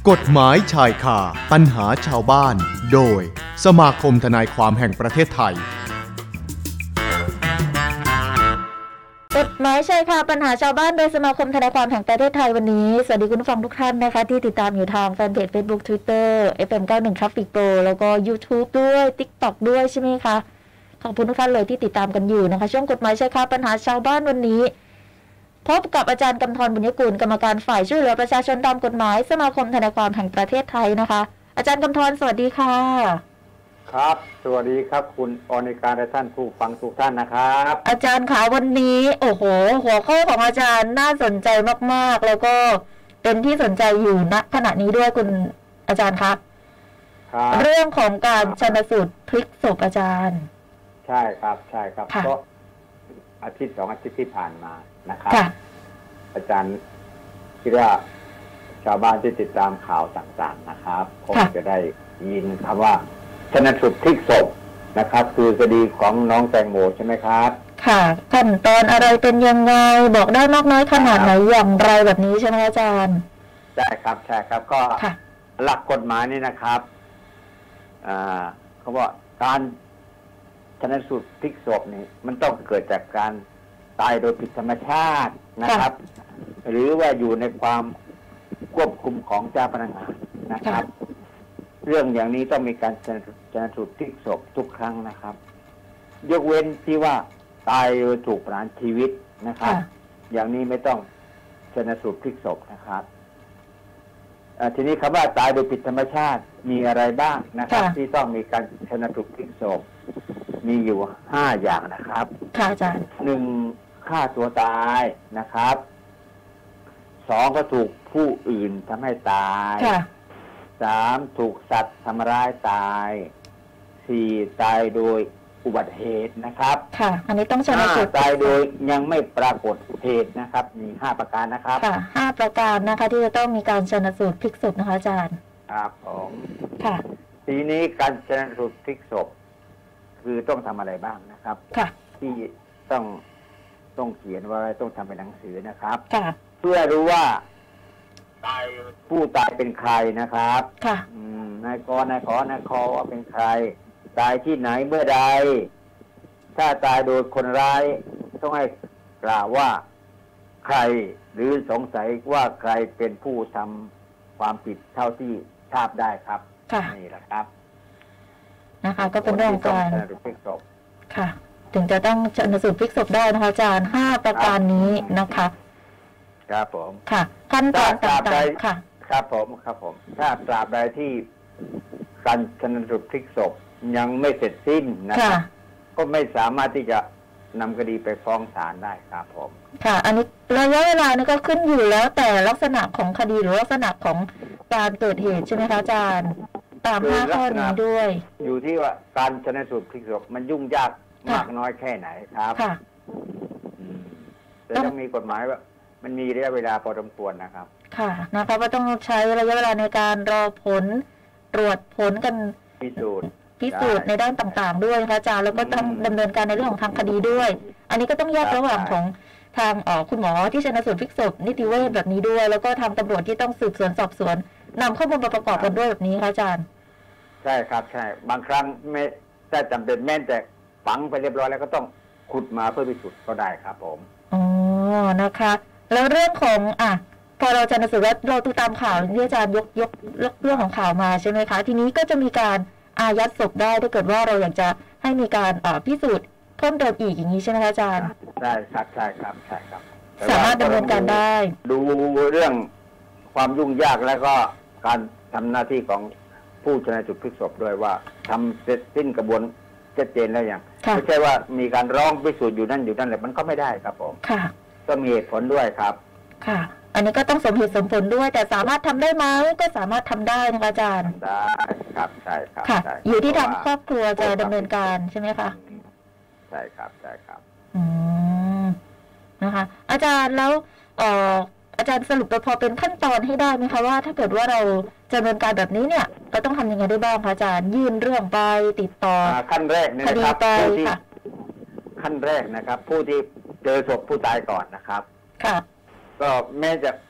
กฎหมายชายคาปัญหาชาวบ้านโดยสมาคมทนายความแห่งประเทศไทยกฎหมายชายคาปัญหาชาวบ้านโดยสมาคมทนายความแห่งประเทศไทยวันนี้สวัสดีคุณผู้ฟังทุกท่านนะคะที่ติดตามอยู่ทางแฟนเพจ Facebook Twitter FM91 Traffic Pro แล้วก็ YouTube ด้วย TikTok ด้วยใช่ไหมคะขอบคุณทุกท่านเลยที่ติดตามกันอยู่นะคะช่วงกฎหมายชายคาปัญหาชาวบ้านวันนี้พบกับอาจารย์กำธรบุญยกุลกรรมการฝ่ายช่วยเหลือประชาชนตามกฎหมายสมาคมทนายความแห่งประเทศไทยนะคะอาจารย์กำธรสวัสดีค่ะครับสวัสดีครับคุณอนิการและท่านผู้ฟังทุกท่านนะครับอาจารย์คะวันนี้โอ้โหหัวข้อของอาจารย์น่าสนใจมากๆแล้วก็เป็นที่สนใจอยู่ณขณะนี้ด้วยคุณอาจารย์ครับเรื่องของการชันสูตรพลิกศพอาจารย์ใช่ครับใช่ครับก็อาทิตย์2 อาทิตย์ที่ผ่านมานะครับอาจารย์คิดว่าชาวบ้านที่ติดตามข่าวต่างๆนะครับคงจะได้ยินคำว่าชันสูตรพลิกศพนะครับคือคดีของน้องแตงโมใช่ไหมครับค่ะขั้นตอนอะไรเป็นยังไงบอกได้มากน้อยขนาดไหนอย่างไรแบบนี้ใช่ไหมอาจารย์ใช่ครับใช่ครับก็หลักกฎหมายนี่นะครับเขาบอกการชันสูตรพลิกศพนี่มันต้องเกิดจากการตายโดยผิดธรรมชาตินะครับหรือว่าอยู่ในความควบคุมของเจ้าพนักงานนะครับเรื่องอย่างนี้ต้องมีการชันสูตรพลิกศพทุกครั้งนะครับยกเว้นที่ว่าตายโดยถูกประหารชีวิตนะครับอย่างนี้ไม่ต้องชันสูตรพลิกศพนะครับทีนี้คำว่าตายโดยผิดธรรมชาติมีอะไรบ้างนะครับที่ต้องมีการชันสูตรพลิกศพมีอยู่5 อย่างนะครับค่ะอาจารย์ 1ฆ่าตัวตายนะครับ2ก็ถูกผู้อื่นทำให้ตาย3ถูกสัตว์ทำร้ายตาย4ตายโดยอุบัติเหตุนะครับค่ะอันนี้ต้องชันสูตรตายโดยยังไม่ปรากฏเหตุนะครับมี5ประการนะครับค่ะ5ประการนะคะที่จะต้องมีการชันสูตรพลิกศพนะคะอาจารย์ครับผมค่ะทีนี้การชันสูตรพลิกศพคือต้องทำอะไรบ้างนะครับที่ต้องเขียนไว้ต้องทำเป็นหนังสือนะครับเพื่อรู้ว่าผู้ตายเป็นใครนะครับนายขอนายขอว่าเป็นใครตายที่ไหนเมื่อใดถ้าตายโดยคนร้ายต้องให้กล่าวว่าใครหรือสงสัยว่าใครเป็นผู้ทำความผิดเท่าที่ทราบได้ครับนี่แหละครับนะคะก็เป็นเรื่องการค่ะถึงจะต้องชันสูตรพลิกศพได้นะคะอาจารย์5ประการนี้นะคะครับผมค่ะขั้นตอนต่างๆค่ะครับผมถ้าตราบใดที่การชันสูตรพลิกศพยังไม่เสร็จสิ้นนะครับก็ไม่สามารถที่จะนำคดีไปฟ้องศาลได้ครับผมค่ะอันนี้ระยะเวลานี่ก็ขึ้นอยู่แล้วแต่ลักษณะของคดีหรือลักษณะของการเกิดเหตุใช่ไหมคะอาจารย์ตาม5 ข้อนี้ด้วยอยู่ที่ว่าการชันสูตรพลิกศพมันยุ่งยากมากน้อยแค่ไหนครับค่ะแต่ต้องมีกฎหมายว่ามันมีระยะเวลาพอสมควรนะครับค่ะนะคะว่าต้องใช้ระยะเวลาในการรอผลตรวจผลกันพิสูจน์ในด้านต่างๆด้วยนะคะอาจารย์แล้วก็ต้องดำเนินการในเรื่องของทางคดีด้วยอันนี้ก็ต้องแยกระหว่างของทางคุณหมอที่ชันสูตรพลิกศพนิติเวชแบบนี้ด้วยแล้วก็ทางตำรวจที่ต้องสืบสวนสอบสวนนำข้อมูลมาประกอบกันด้วยแบบนี้ค่ะอาจารย์ใช่ครับใช่บางครั้งไม่ได้จำเป็นแม้แต่ฝังไปเรียบร้อยแล้วก็ต้องขุดมาเพื่อพิสูจน์ก็ได้ครับผมอ๋อนะคะแล้วเรื่องของพอเราชันสูตรแล้วเราติดตามข่าวที่อาจารย์ยกเรื่องของข่าวมาใช่ไหมคะทีนี้ก็จะมีการอายัดศพได้ถ้าเกิดว่าเราอยากจะให้มีการพิสูจน์เพิ่มเติมอีกอย่างนี้ใช่ไหมคะอาจารย์ใช่ครับสามารถดำเนินการได้ดูเรื่องความยุ่งยากแล้วก็การทำหน้าที่ของผู้ชันสูตรพลิกศพด้วยว่าทำเสร็จสิ้นกระบวนชัดเจนแล้วอย่างไม่ใช่ว่ามีการร้องพิสูจน์อยู่นั่นแหละมันก็ไม่ได้ครับผมก็มีเหตุผลด้วยครับค่ะอันนี้ก็ต้องสมเหตุสมผลด้วยแต่สามารถทำได้ไหมก็สามารถทำได้นะคะอาจารย์ได้ครับใช่ครับค่ะอยู่ที่ทางครอบครัวจะดำเนินการใช่ไหมคะใช่ครับนะคะอาจารย์แล้วอาจารย์สรุปไปพอเป็นขั้นตอนให้ได้ไหมคะว่าถ้าเกิดว่าเราจะดำเนินการแบบนี้เนี่ยเราต้องทำยังไงได้บ้างคะอาจารย์ยื่นเรื่องไปติดต่อขั้นแรกเนี่ยนะครับขั้นแรกนะครับผู้ที่เจอศพผู้ตายก่อนนะครับก็แม้จะ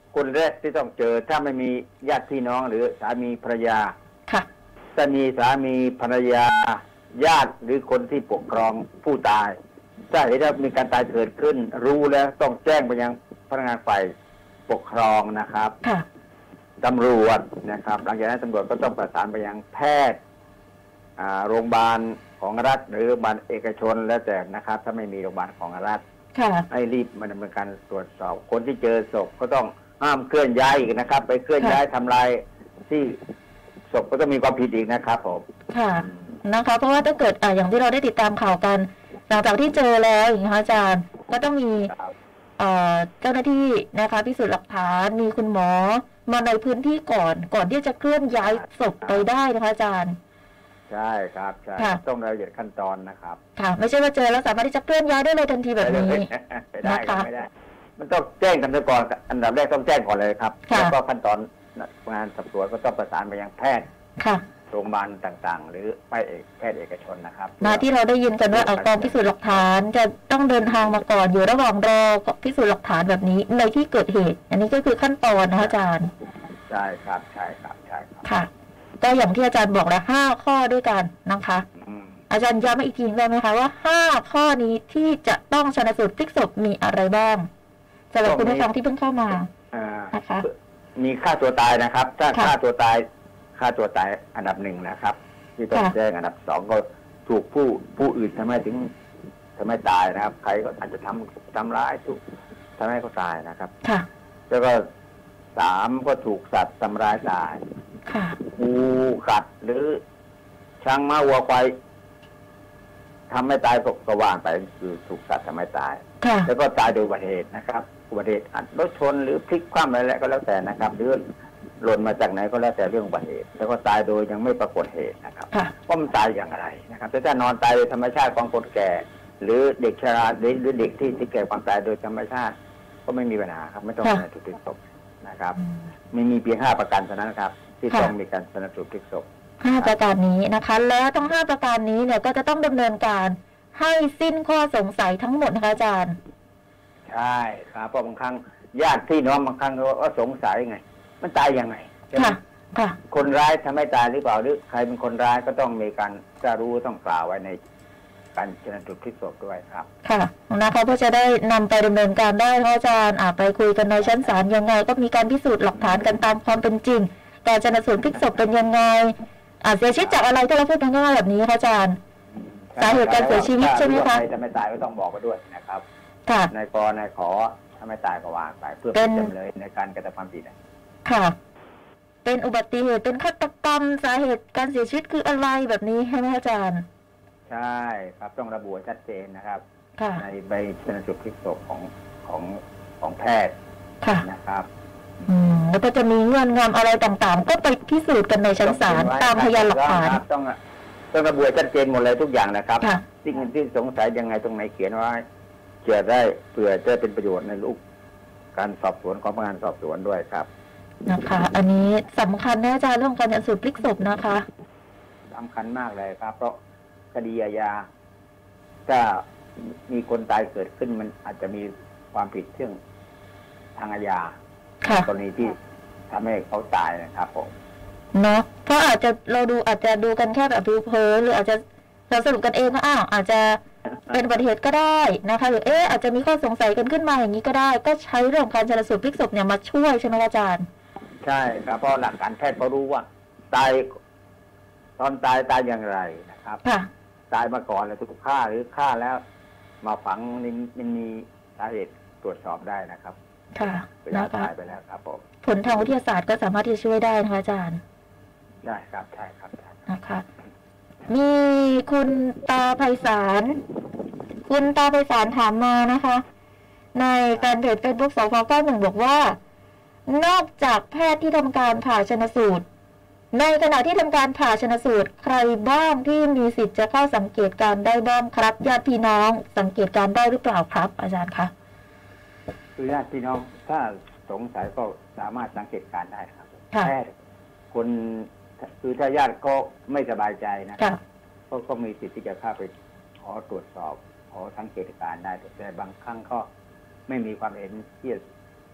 คนแรกที่ต้องเจอถ้าไม่มีญาติพี่น้องหรือสามีภรรยาค่ะถ้ามีสามีภรรยาญาติหรือคนที่ปกครองผู้ตายถ้าเห็นว่ามีการตายเกิดขึ้นรู้แล้วต้องแจ้งไปยังพนักงานฝ่ายปกครองนะครับค่ะตำรวจนะครับหลังจากนั้นตำรวจก็ต้องประสานไปยังแพทย์โรงพยาบาลของรัฐหรือโรงพยาบาลเอกชนแล้วแต่นะครับ ถ้าไม่มีโรงพยาบาลของรัฐค่ะให้รีบมาดำเนินการตรวจสอบคนที่เจอศพก็ต้องห้ามเคลื่อนย้ายอีกนะครับ ไปเคลื่อนย้ายทำลายที่ศพก็ต้องมีความผิดอีกนะครับผมค่ะ นะคะ เพราะว่าถ้าเกิดอย่างที่เราได้ติดตามข่าวกัน หลังจากที่เจอแล้วอย่างนี้ค่ะอาจารย์ ก็ต้องมีเจ้าหน้าที่นะคะพิสูจน์หลักฐานมีคุณหมอมาในพื้นที่ก่อนที่จะเคลื่อนย้ายศพไปได้นะคะอาจารย์ใช่ครับใช่ค่ะต้องรายละเอียดขั้นตอนนะครับค่ะ ไม่ใช่ว่าเจอแล้วสามารถที่จะเคลื่อนย้ายได้เลยทันทีแบบนี้ไม่ได้ครับนะคะไม่ได้ มันต้องแจ้งกันซะก่อนอันดับแรกต้องแจ้งก่อนเลยครับค่ะแล้วก็ขั้นตอนงานสอบสวนก็ต้องประสานไปยังแพทย์ค่ะโรงพยาบาลต่างๆ หรือแพทย์เอกชนนะครับที่เราได้ยินกันว่ากองพิสูจน์หลักฐานจะต้องเดินทางมาก่อนอยู่ระหว่างรอพิสูจน์หลักฐานแบบนี้ในที่เกิดเหตุ อันนี้ก็คือขั้นตอนนะคะอาจารย์ใช่ครับใช่ครับใช่ครับค่ะ ก็อย่างที่อาจารย์บอกแล้ว5 ข้อด้วยกันนะคะอืมอาจารย์ย้ำอีกทีได้ไหมคะว่า5 ข้อนี้ที่จะต้องชันสูตรพลิกศพมีอะไรบ้างสำหรับคุณผู้ฟังที่เพิ่งเข้ามา นะคะมีฆ่าตัวตายนะครับ ถ้าค่ะฆ่าตัวตายอันดับ1นะครับ ที่ต้องค่ะแจ้งอันดับ2ก็ถูกผู้อื่นทำให้ตายนะครับ ใครก็อาจจะทำร้ายทำให้เขาตายนะครับค่ะแล้วก็3ก็ถูกสัตว์ทำร้ายตายค่ะงูกัดหรือช้างม้าวัวควายทำให้ตายก็ว่างไปคือถูกสัตว์ทำให้ตายค่ะแล้วก็ตายโดยอุบัติเหตุนะครับอุบัติเหตุอัดรถชนหรือพลิกคว่ำอะไรก็แล้วแต่นะครับหรือหล่นมาจากไหนก็แล้วแต่เรื่องอุบัติเหตุแล้วก็ตายโดยยังไม่ปรากฏเหตุนะครับค่ะว่ามันตายอย่างไรนะครับแต่ถ้านอนตายโดยธรรมชาติของคนแก่ หรือเด็กชราหรือเด็กที่แก่ความตายโดยธรรมชาติ ก็ไม่มีปัญหาครับไม่ต้องค่ะชนะสูตรพลิกศพนะครับไม่มีเพียง5ประการเท่านั้นครับ ที่ต้องมีการชนะสูตรพลิกศพ 5 ประการนี้นะคะ แล้วทั้ง5 ประการนี้เนี่ยก็จะต้องดำเนินการให้สิ้นข้อสงสัยทั้งหมดนะคะอาจารย์ใช่ครับเพราะบางครั้งญาติพี่น้องบางครั้งก็สงสัยไง มันตายยังไงใช่ไหมค่ะ ค่ะคนร้ายทำให้ตายหรือเปล่าหรือใครเป็นคนร้ายก็ต้องมีการจะรู้ต้องกล่าวไว้ในการชนะสูตรพลิกศพด้วยครับค่ะนะคะเพื่อจะได้นำไปดำเนินการได้ค่ะอาจารย์ไปคุยกันในชั้นศาลยังไง ก็มีการพิสูจน์หลักฐานกันตามความเป็นจริงการชันสูตรพลิกศพเป็นยังไงเสียชีวิตจากอะไรถ้าเราพูดง่ายๆแบบนี้ค่ะอาจารย์ สาเหตุการเสียชีวิตใช่ไหมคะใครทำให้ตายก็ต้องบอกไปด้วยนะครับค่ะนายกนายขอทำให้ตายก็ว่าไปเพื่อเป็เป็น นจำเลยในการกระทำความผิดนะค่ะ เป็นอุบัติเหตุเป็นฆาตกรรมสาเหตุการเสียชีวิตคืออะไรแบบนี้ใช่ไหมอาจารย์ใช่ครับต้องระบุชัดเจนนะครับค่ะในใบชนสูตรพลิกศพของแพทย์ค่ะนะครับแล้วก็จะมีเงื่อนงำอะไรต่างๆ ก็ไปพิสูจน์กันในชั้นศาลตามพยานหลักฐานต้องระบุชัดเจนหมดเลยทุกอย่างนะครับค่ะที่สงสัยยังไงตรงไหนเขียนไว้เขียนได้เพื่อจะเป็นประโยชน์ในรูปการสอบสวนของพนักงานสอบสวนด้วยครับนะคะ อันนี้สำคัญนะอาจารย์เรื่องการชันสูตรพลิกศพนะคะสำคัญมากเลยครับ เพราะคดีอาญาถ้ามีคนตายเกิดขึ้นมันอาจจะมีความผิดเรื่องทางอาญาค่ะกรณีที่ทำให้เขาตายนะครับผมเนาะเพราะอาจจะดูกันแค่แบบผิวเผินหรืออาจจะเราสรุปกันเองว่าอาจจะเป็นอุบัติเหตุก็ได้นะคะ หรืออาจจะมีข้อสงสัยกันขึ้นมาอย่างนี้ก็ได้ ก็ใช้เรื่องการชันสูตรพลิกศพเนี่ยมาช่วยใช่ไหมอาจารย์ใช่ครับเพราะหลักการแพทย์เขารู้ว่าตายตอนตายอย่างไรนะครับค่ะตายมาก่อนแล้วถูกฆ่าหรือฆ่าแล้ว มาฝังมันมีสาเหตุตรวจสอบได้นะครับค่ะเวลานะคะตายไปแล้วครับผมผลทางวิทยาศาสตร์ก็สามารถที่จะช่วยได้นะคะอาจารย์ใช่ครับใช่ครับใช่ครับนะคะ มีคุณตาไพศาลถามมานะคะ ในแฟนเพจเฟซบุ๊กสพ91บอกว่า นอกจากแพทย์ที่ทำการผ่าชนสูตร ในขณะที่ทำการผ่าชนสูตร ใครบ้างที่มีสิทธิ์จะเข้าสังเกตการณ์ได้บ้างครับญาติพี่น้องสังเกตการณ์ได้หรือเปล่าครับ อาจารย์คะคือญาติพี่น้องถ้าสงสัยก็สามารถสังเกตการณ์ได้ครับค่ะแพทย์คนคือถ้าญาติก็ไม่สบายใจนะค่ะก็มีสิทธิ์ที่จะเข้าไปขอตรวจสอบขอสังเกตการณ์ได้แต่บางครั้งก็ไม่มีความเห็นที่จะ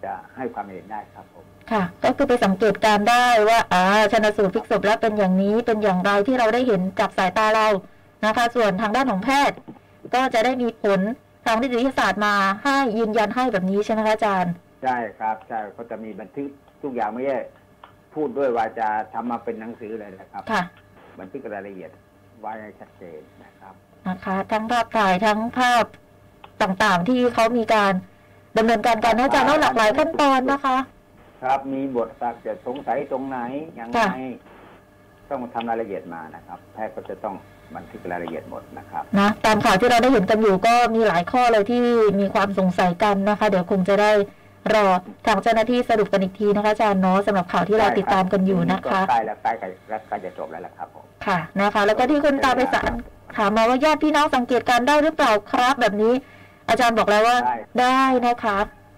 จะให้ความเห็นได้ครับผมค่ะ ก็คือไปสังเกตการได้ว่าชันสูตรพลิกศพแล้วเป็นอย่างนี้เป็นอย่างไรที่เราได้เห็นจากสายตาเรานะคะ ส่วนทางด้านของแพทย์ก็จะได้มีผลทางนิติวิทยาศาสตร์มาให้ยืนยันให้แบบนี้ใช่ไหมคะอาจารย์ใช่ครับใช่เขาจะมีบันทึกทุกอย่างไม่ใช่พูดด้วยว่าจะทำมาเป็นหนังสือเลยนะครับค่ะบันทึกรายละเอียดไว้ให้ชัดเจนนะครับนะคะทั้งภาพถ่ายทั้งภาพต่างๆที่เขามีการดำเนินการอาจารย์แล้วหลากหลายขั้นตอนนะคะครับมีบทสักจะสงสัยตรงไหนยังไงต้องทำรายละเอียดมานะครับแพทย์ก็จะต้องบันทึกรายละเอียดหมดนะครับนะตามข่าวที่เราได้เห็นกันอยู่ก็มีหลายข้อเลยที่มีความสงสัยกันนะคะเดี๋ยวคงจะได้รอทางเจ้าหน้าที่สรุปกันอีกทีนะคะอาจารย์เนาะสำหรับข่าวที่เราติดตามกันอยู่นะคะใกล้แล้วใกล้จะจบแล้วล่ะครับผมค่ะนะคะแล้วก็ที่คุณตาไปสารถามมาว่าญาติพี่น้องสังเกตการได้หรือเปล่าครับแบบนี้อาจารย์บอกแล้วว่าได้นะคะ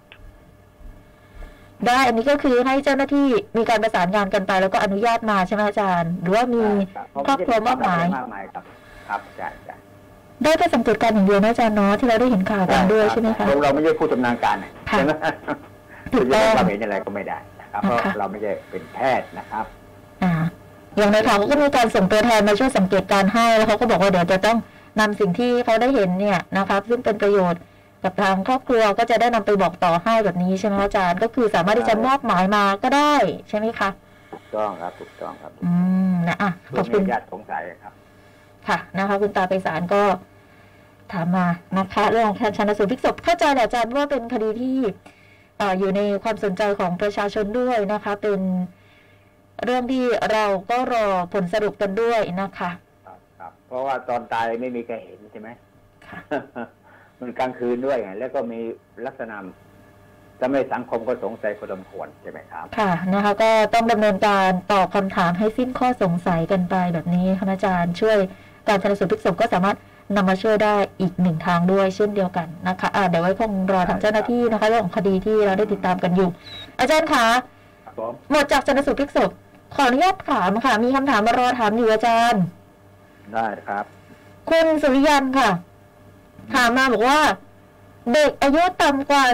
ได้อันนี้ก็คือให้เจ้าหน้าที่มีการประสานงานกันไปแล้วก็อนุญาตมาใช่ไหมอาจารย์หรือว่ามีครอบครัวมอบหมายครับใช่ได้แค่สังเกตการอย่างเดียวนะอาจารย์เนาะที่เราได้เห็นข่าวกันด้วยใช่ไหมคะเราไม่ใช่ผู้ชำนาญการใช่ไหมถูกต้องความเห็นอะไรก็ไม่ได้นะครับเพราะเราไม่ใช่เป็นแพทย์นะครับอย่างในข่าวก็มีการส่งตัวแทนมาช่วยสังเกตการให้แล้วเขาก็บอกว่าเดี๋ยวจะต้องนำสิ่งที่เขาได้เห็นเนี่ยนะครับซึ่งเป็นประโยชน์กับทางครอบครัวก็จะได้นำไปบอกต่อให้แบบนี้ใช่ไหมอาจารย์ก็คือสามารถที่จะมอบหมายมาก็ได้ใช่ไหมคะถูกต้องครับถูกต้องครับนะขอบคุณญาติสงสัยครับค่ะนะคะคุณตาไพศาลก็ถามมานะคะเรื่องการชันสูตรพลิกศพเข้าใจแหละอาจารย์ว่าเป็นคดีที่อยู่ในความสนใจของประชาชนด้วยนะคะเป็นเรื่องที่เราก็รอผลสรุปกันด้วยนะคะครับเพราะว่าตอนตายไม่มีใครเห็นใช่ไหมค่ะมันกลางคืนด้วยไงแล้วก็มีลักษณะทำให้สังคมก็สงสัยพอสมควรใช่ไหมครับค่ะนะคะก็ต้องดำเนินการตอบคำถามให้สิ้นข้อสงสัยกันไปแบบนี้ค่ะอาจารย์ช่วยการชันสูตรพลิกศพก็สามารถนำมาช่วยได้อีกหนึ่งทางด้วยเช่นเดียวกันนะคะเดี๋ยวไว้คงรอทางเจ้าหน้าที่นะคะเรื่องของคดีที่เราได้ติดตามกันอยู่อาจารย์คะหมดจากชันสูตรพลิกศพขออนุญาตถามค่ะมีคำถามมารอถามอยู่อาจารย์ได้ครับคุณสุริยันค่ะถามมาบอกว่าเด็กอายุต่ำกว่า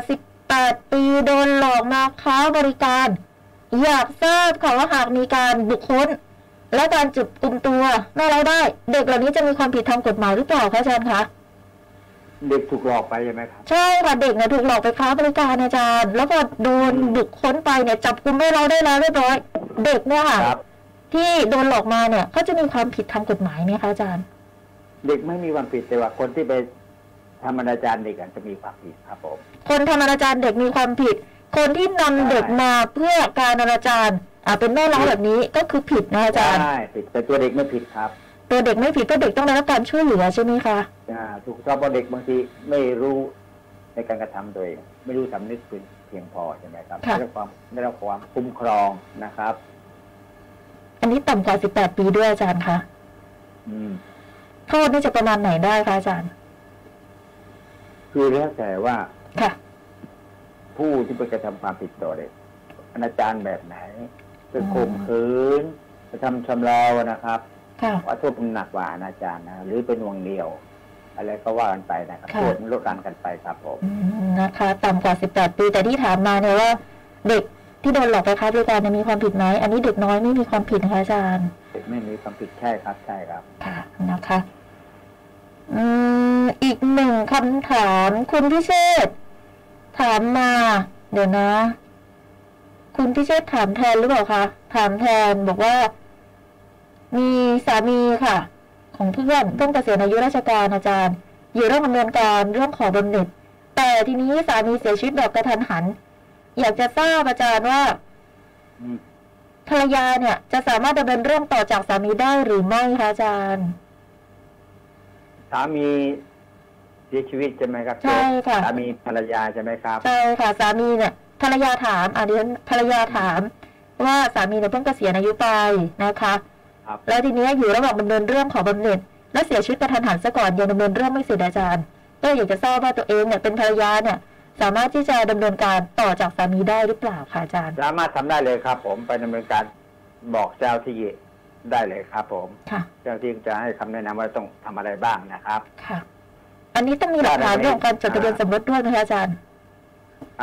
18ปีโดนหลอกมาค้าบริการอยากทราบค่ะว่าหากมีการบุคคลและการจับกุมตัวแม่เราได้เด็กเหล่านี้จะมีความผิดทางกฎหมายหรือเปล่าคะอาจารย์คะเด็กถูกหลอกไปใช่ไหมครับใช่ค่ะเด็กเนี่ยถูกหลอกไปค้าบริการอาจารย์แล้วก็โดนบุคคลไปเนี่ยจับกุมแม่เราได้แล้วเรียบร้อยเด็กเนี่ยค่ะที่โดนหลอกมาเนี่ยเขาจะมีความผิดทางกฎหมายไหมคะอาจารย์เด็กไม่มีความผิดแต่ว่าคนที่ไปทำอนาจารเด็กจะมีความผิดครับผมคนทำอนาจารเด็กมีความผิดคนที่นำเด็กมาเพื่อการอนาจารเป็นแม่เล้าแบบนี้ก็คือผิดนะอาจารย์ใช่ผิดแต่ตัวเด็กไม่ผิดครับตัวเด็กไม่ผิดก็เด็กต้องได้รับการช่วยเหลือใช่ไหมคะถูกต้องเพราะเด็กบางทีไม่รู้ในการกระทำโดยไม่รู้สำนึกเพียงพอใช่ไหมครับได้รับความคุ้มครองนะครับอันนี้ต่ำกว่า18ปีด้วยอาจารย์คะโทษนี่จะประมาณไหนได้คะอาจารย์คือแล้วแต่ว่าค่ะผู้ที่ไปกระทำความผิดต่อเด็กอนาจารแบบไหนจะข่มขืนจะทำชำเรานะครับว่าโทษมันหนักกว่าอนาจารนะหรือเป็นวงเดียวอะไรก็ว่ากันไปนะครับโทษมันลดกันไปครับผมนะคะต่ำกว่า18ปีแต่ที่ถามมาเนี่ยว่าเด็กที่โดนหลอกไปค้าบริการมีความผิดไหมอันนี้เด็กน้อยไม่มีความผิดนะคะอาจารย์เด็กไม่มีความผิดใช่ครับใช่ครับค่ะนะคะอีกหนึ่งคำถามคุณพิเชษถามมาเดี๋ยวนะคุณพิเชษถามแทนหรือเปล่าคะถามแทนบอกว่ามีสามีค่ะของเพื่อนเกษียณอายุราชการอาจารย์อยู่ระหว่างดำเนินการเรื่องขอบำเหน็จแต่ทีนี้สามีเสียชีวิตแบบกระทันหันอยากจะทราบอาจารย์ว่าภรรยาเนี่ยจะสามารถดำเนินเรื่องต่อจากสามีได้หรือไม่คะอาจารย์สามีเสียชีวิตใช่ไหมครับใช่ค่ะสามีภรรยาใช่ไหมครับใช่ค่ะสามีเนี่ยภรรยาถามดิฉันภรรยาถามว่าสามีเนี่ยเพิ่งเกษียณอายุไปนะคะแล้วทีนี้อยู่ระหว่างดำเนินเรื่องขอบำเหน็จและเสียชีวิตกระทันหันซะก่อนยังดำเนินเรื่องไม่เสร็จอาจารย์ก็อยากจะทราบว่าตัวเองเนี่ยเป็นภรรยาเนี่ยสามารถที่จะดำเนินการต่อจากสามีได้หรือเปล่าคะอาจารย์สามารถทำได้เลยครับผมไปดำเนินการบอกเจ้าที่ได้เลยครับผมเจ้าที่จะให้คำแนะนำว่าต้องทำอะไรบ้างนะครับค่ะอันนี้ต้องมีหลักฐานเรื่องการจดทะเบียนสมรสด้วยไหมอาจารย์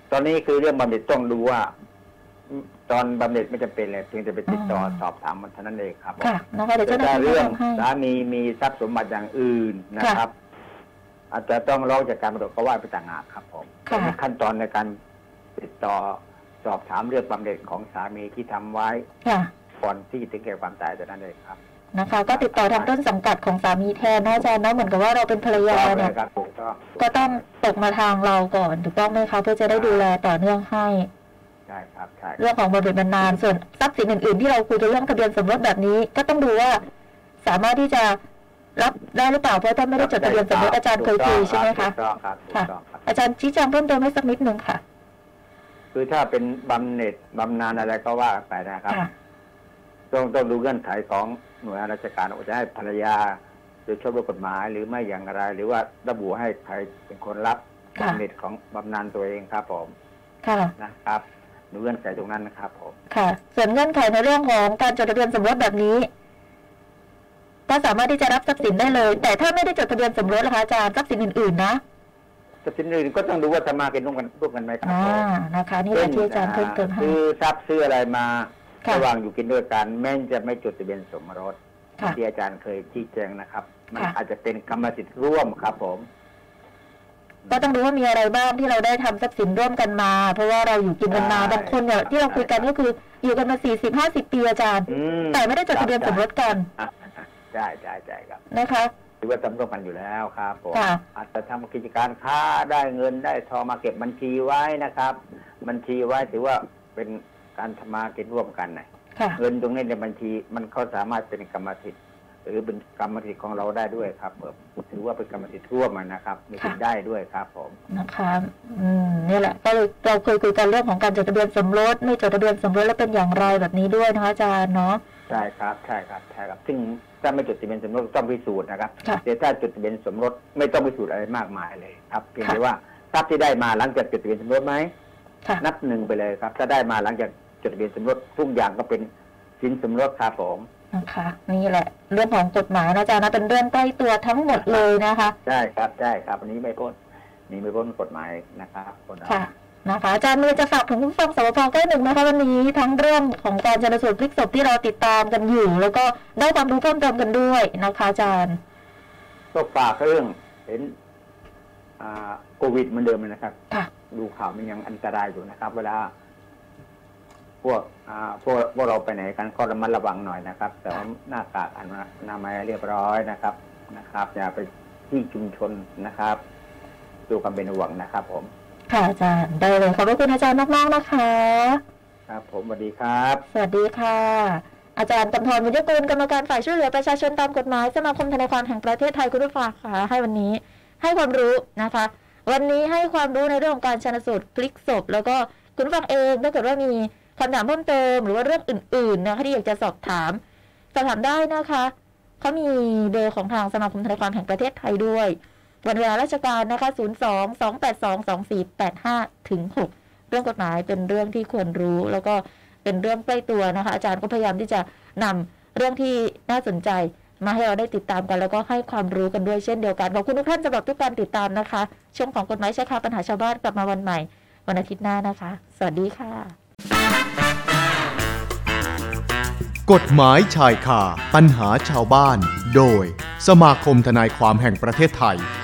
ตอนนี้คือเรื่องบำเหน็จต้องดูว่า ตอนบำเหน็จไม่จำเป็นเลยเพียงแต่ไปติดต่อสอบถามมันเท่านั้นเองครับค่ะนะคะเดี๋ยวเจ้าหน้าแต่ที่เรื่องทำให้สามีมีทรัพย์สมบัติอย่างอื่นนะครับ อาจจะต้องร้องจากการมรดกก็ว่าไปต่างหากครับผมค่ะมีขั้นตอนในการติดต่อสอบถามเรื่องบำเหน็จของสามีที่ทำไว้ค่ะก่อนที่จะถึงแก่ความตายเท่านั้นเองครับนะคะ ก็ติดต่อทางต้นสังกัดของสามีแทนนะอาจารย์เนาะเหมือนกับว่าเราเป็นภรรยาเนี่ยครับถูกต้องก็ต้องตกมาทางเราก่อนถูกต้องไหมคะเพื่อจะได้ดูแลต่อเนื่องให้ใช่ครับใช่เรื่องของบำเหน็จบำนาญส่วนทรัพย์สินอื่นๆที่เราคุยกันเรื่องทะเบียนสมรสแบบนี้ ก็ต้องดูว่าสามารถที่จะรับได้หรือเปล่าเพราะถ้าไม่ได้จดทะเบียนสมรสอาจารย์เคยคุยใช่ไหมคะถูกต้องครับถูกค่ะต้องครับอาจารย์ชี้แจงเพิ่มเติมให้สักนิดนึงค่ะคือถ้าเป็นบำเหน็จบำนาญอะไรก็ว่าไปนะครับค่ะต้องดูเงื่อนไขของหน่วยงานราชการว่าจะให้ภรรยาโดยชอบด้วยกฎหมายหรือไม่อย่างไร หรือว่าระบุให้ใครเป็นคนรับบำเหน็จของบำนาญตัวเองครับผมค่ะนะครับดูเงื่อนไขตรงนั้นนะครับผมค่ะ ส่วนเงื่อนไขในเรื่องของการจดทะเบียนสมรสแบบนี้ ก็สามารถที่จะรับทรัพย์สินได้เลย แต่ถ้าไม่ได้จดทะเบียนสมรสนะคะอาจารย์ทรัพย์สินอื่นๆนะทรัพย์สินอื่นก็ต้องดูว่าทำมากินร่วมกันไหมครับผมนะคะ นี่แหละที่อาจารย์เพิ่มเติมให้ซื้อทรัพย์ซื้ออะไรมาค่ะระหว่างอยู่กินด้วยกันแม้จะไม่จดทะเบียนสมรสค่ะที่อาจารย์เคยชี้แจงนะครับ มันค่ะอาจจะเป็นกรรมสิทธิ์ร่วมครับผมก็ต้องดูว่ามีอะไรบ้างที่เราได้ทำทรัพย์สินร่วมกันมา เพราะว่าเราอยู่กินกันมาใช่บางคนเนี่ยที่เราคุยกันก็คืออยู่กันมา40-50 ปีอาจารย์ แต่ไม่ได้จดทะเบียนสมรสกันใช่ใช่ใช่ครับนะคะถือว่าทำร่วมกันอยู่แล้วครับผมค่ะอาจจะทำกิจการค้าได้เงินได้ทองมาเก็บบัญชีไว้นะครับ บัญชีไว้ถือว่าเป็นการทำมากินร่วมกันนะค่ะเงินตรงนี้ในบัญชีมันเขาสามารถเป็นกรรมสิทธิ์หรือเป็นกรรมสิทธิ์ของเราได้ด้วยครับถือว่าเป็นกรรมสิทธิ์ร่วมนะครับมีสิทธิ์ได้ด้วยครับผมนะคะนี่แหละก็เลยเราเคยคุยกันเรื่องของการจดทะเบียนสมรสไม่จดทะเบียนสมรสแล้วเป็นอย่างไรแบบนี้ด้วยนะคะอาจารย์เนาะใช่ครับใช่ครับใช่ครับซึ่งถ้าไม่จดทะเบียนสมรสต้องพิสูจน์นะครับค่ะแต่ถ้าจดทะเบียนสมรสไม่ต้องพิสูจน์อะไรมากมายเลยครับเพียงแต่ว่าทรัพย์ที่ได้มาหลังจากจดทะเบียนสมรสไหมค่ะนับหนึ่งไปเลยครับ ถ้าได้มาหลังจากจดทะเบียนสมรสทุกอย่างก็เป็นสินสมรสครับผมนะคะนี่แหละ เรื่องของกฎหมายนะอาจารย์นะเป็นเรื่องใกล้ตัวทั้งหมดเลยนะคะใช่ครับใช่ครับอันนี้ไม่พ้นนี่ไม่พ้นกฎหมายนะครับคนเราค่ะนะคะอาจารย์มีจะฝากถึงผู้ฟังสวพ91นะคะวันนี้ทั้งเรื่องของการชันสูตรพลิกศพที่เราติดตามกันอยู่ แล้วก็ได้ความรู้เพิ่มเติมกันด้วยนะคะอาจารย์ก็ฝากเรื่องเห็นโควิดเหมือนเดิมเลยนะครับค่ะดูข่าวมันยังอันตรายอยู่นะครับ เวลาพวกเราไปไหนกันก็ระมัดระวังหน่อยนะครับแต่ว่าหน้ากากอนามัยเรียบร้อยนะครับอย่าไปที่ชุมชนนะครับดูความเป็นห่วงนะครับ ผมค่ะอาจารย์ได้เลยขอบพระคุณอาจารย์มากๆนะคะครับผมสวัสดีครับสวัสดีค่ะ อาจารย์กำธรวิทยากุลกรรมการฝ่ายช่วยเหลือประชาชนตามกฎหมายสมาคมทนายความแห่งประเทศไทยคุณผู้ฟังค่ะให้วันนี้ให้ความรู้นะคะ วันนี้ให้ความรู้ในเรื่องของการชันสูตรพลิกศพแล้วก็คุณผู้ฟังเองถ้าเกิดว่ามีคำถามเพิ่มเติมหรือว่าเรื่องอื่นๆนะคะที่อยากจะสอบถามได้นะคะเขามีเบอร์ของทางสมาคมทนายความแห่งประเทศไทยด้วยวันเวลาราชการนะคะ02-282-2485 ถึง 6 เรื่องกฎหมายเป็นเรื่องที่ควรรู้แล้วก็เป็นเรื่องใกล้ตัวนะคะอาจารย์ก็พยายามที่จะนำเรื่องที่น่าสนใจมาให้เราได้ติดตามกันแล้วก็ให้ความรู้กันด้วยเช่นเดียวกันขอบคุณทุกท่านสำหรับทุกการติดตามนะคะช่วงของกฎหมายชายคาปัญหาชาวบ้านกลับมาวันใหม่วันอาทิตย์หน้านะคะสวัสดีค่ะกฎหมายชายคาปัญหาชาวบ้าน โดยสมาคมทนายความแห่งประเทศไทย